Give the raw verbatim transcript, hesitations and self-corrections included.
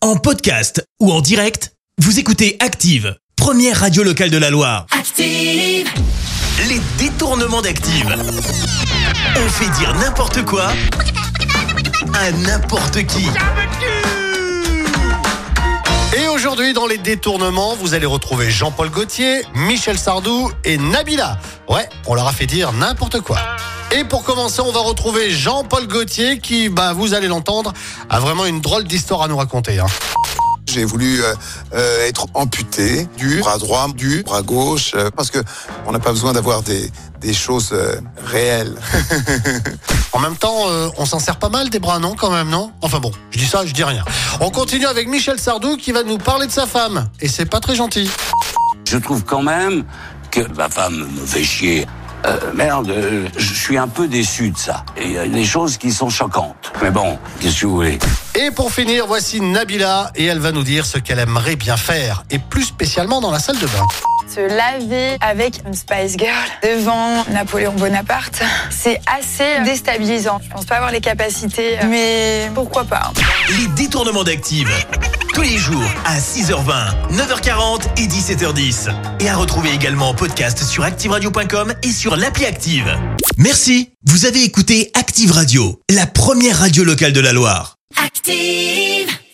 En podcast ou en direct, vous écoutez Active, première radio locale de la Loire. Active! Les détournements d'Active. On fait dire n'importe quoi à n'importe qui. Et aujourd'hui, dans les détournements, vous allez retrouver Jean-Paul Gaultier, Michel Sardou et Nabila. Ouais, on leur a fait dire n'importe quoi. Et pour commencer, on va retrouver Jean-Paul Gaultier qui, bah, vous allez l'entendre, a vraiment une drôle d'histoire à nous raconter. Hein. J'ai voulu euh, euh, être amputé du bras droit, du bras gauche, euh, parce que on n'a pas besoin d'avoir des, des choses euh, réelles. En même temps, euh, on s'en sert pas mal des bras, non, quand même, non? Enfin bon, je dis ça, je dis rien. On continue avec Michel Sardou qui va nous parler de sa femme. Et c'est pas très gentil. Je trouve quand même que ma femme me fait chier. Euh, merde, euh, je suis un peu déçu de ça. Et il y a des choses qui sont choquantes. Mais bon, qu'est-ce que vous voulez? Et pour finir, voici Nabila et elle va nous dire ce qu'elle aimerait bien faire. Et plus spécialement dans la salle de bain. Se laver avec une Spice Girl devant Napoléon Bonaparte, c'est assez déstabilisant. Je pense pas avoir les capacités, mais pourquoi pas. Les détournements d'Active. Tous les jours à six heures vingt, neuf heures quarante et dix-sept heures dix. Et à retrouver également en podcast sur active radio point com et sur l'appli Active. Merci. Vous avez écouté Active Radio, la première radio locale de la Loire. Active!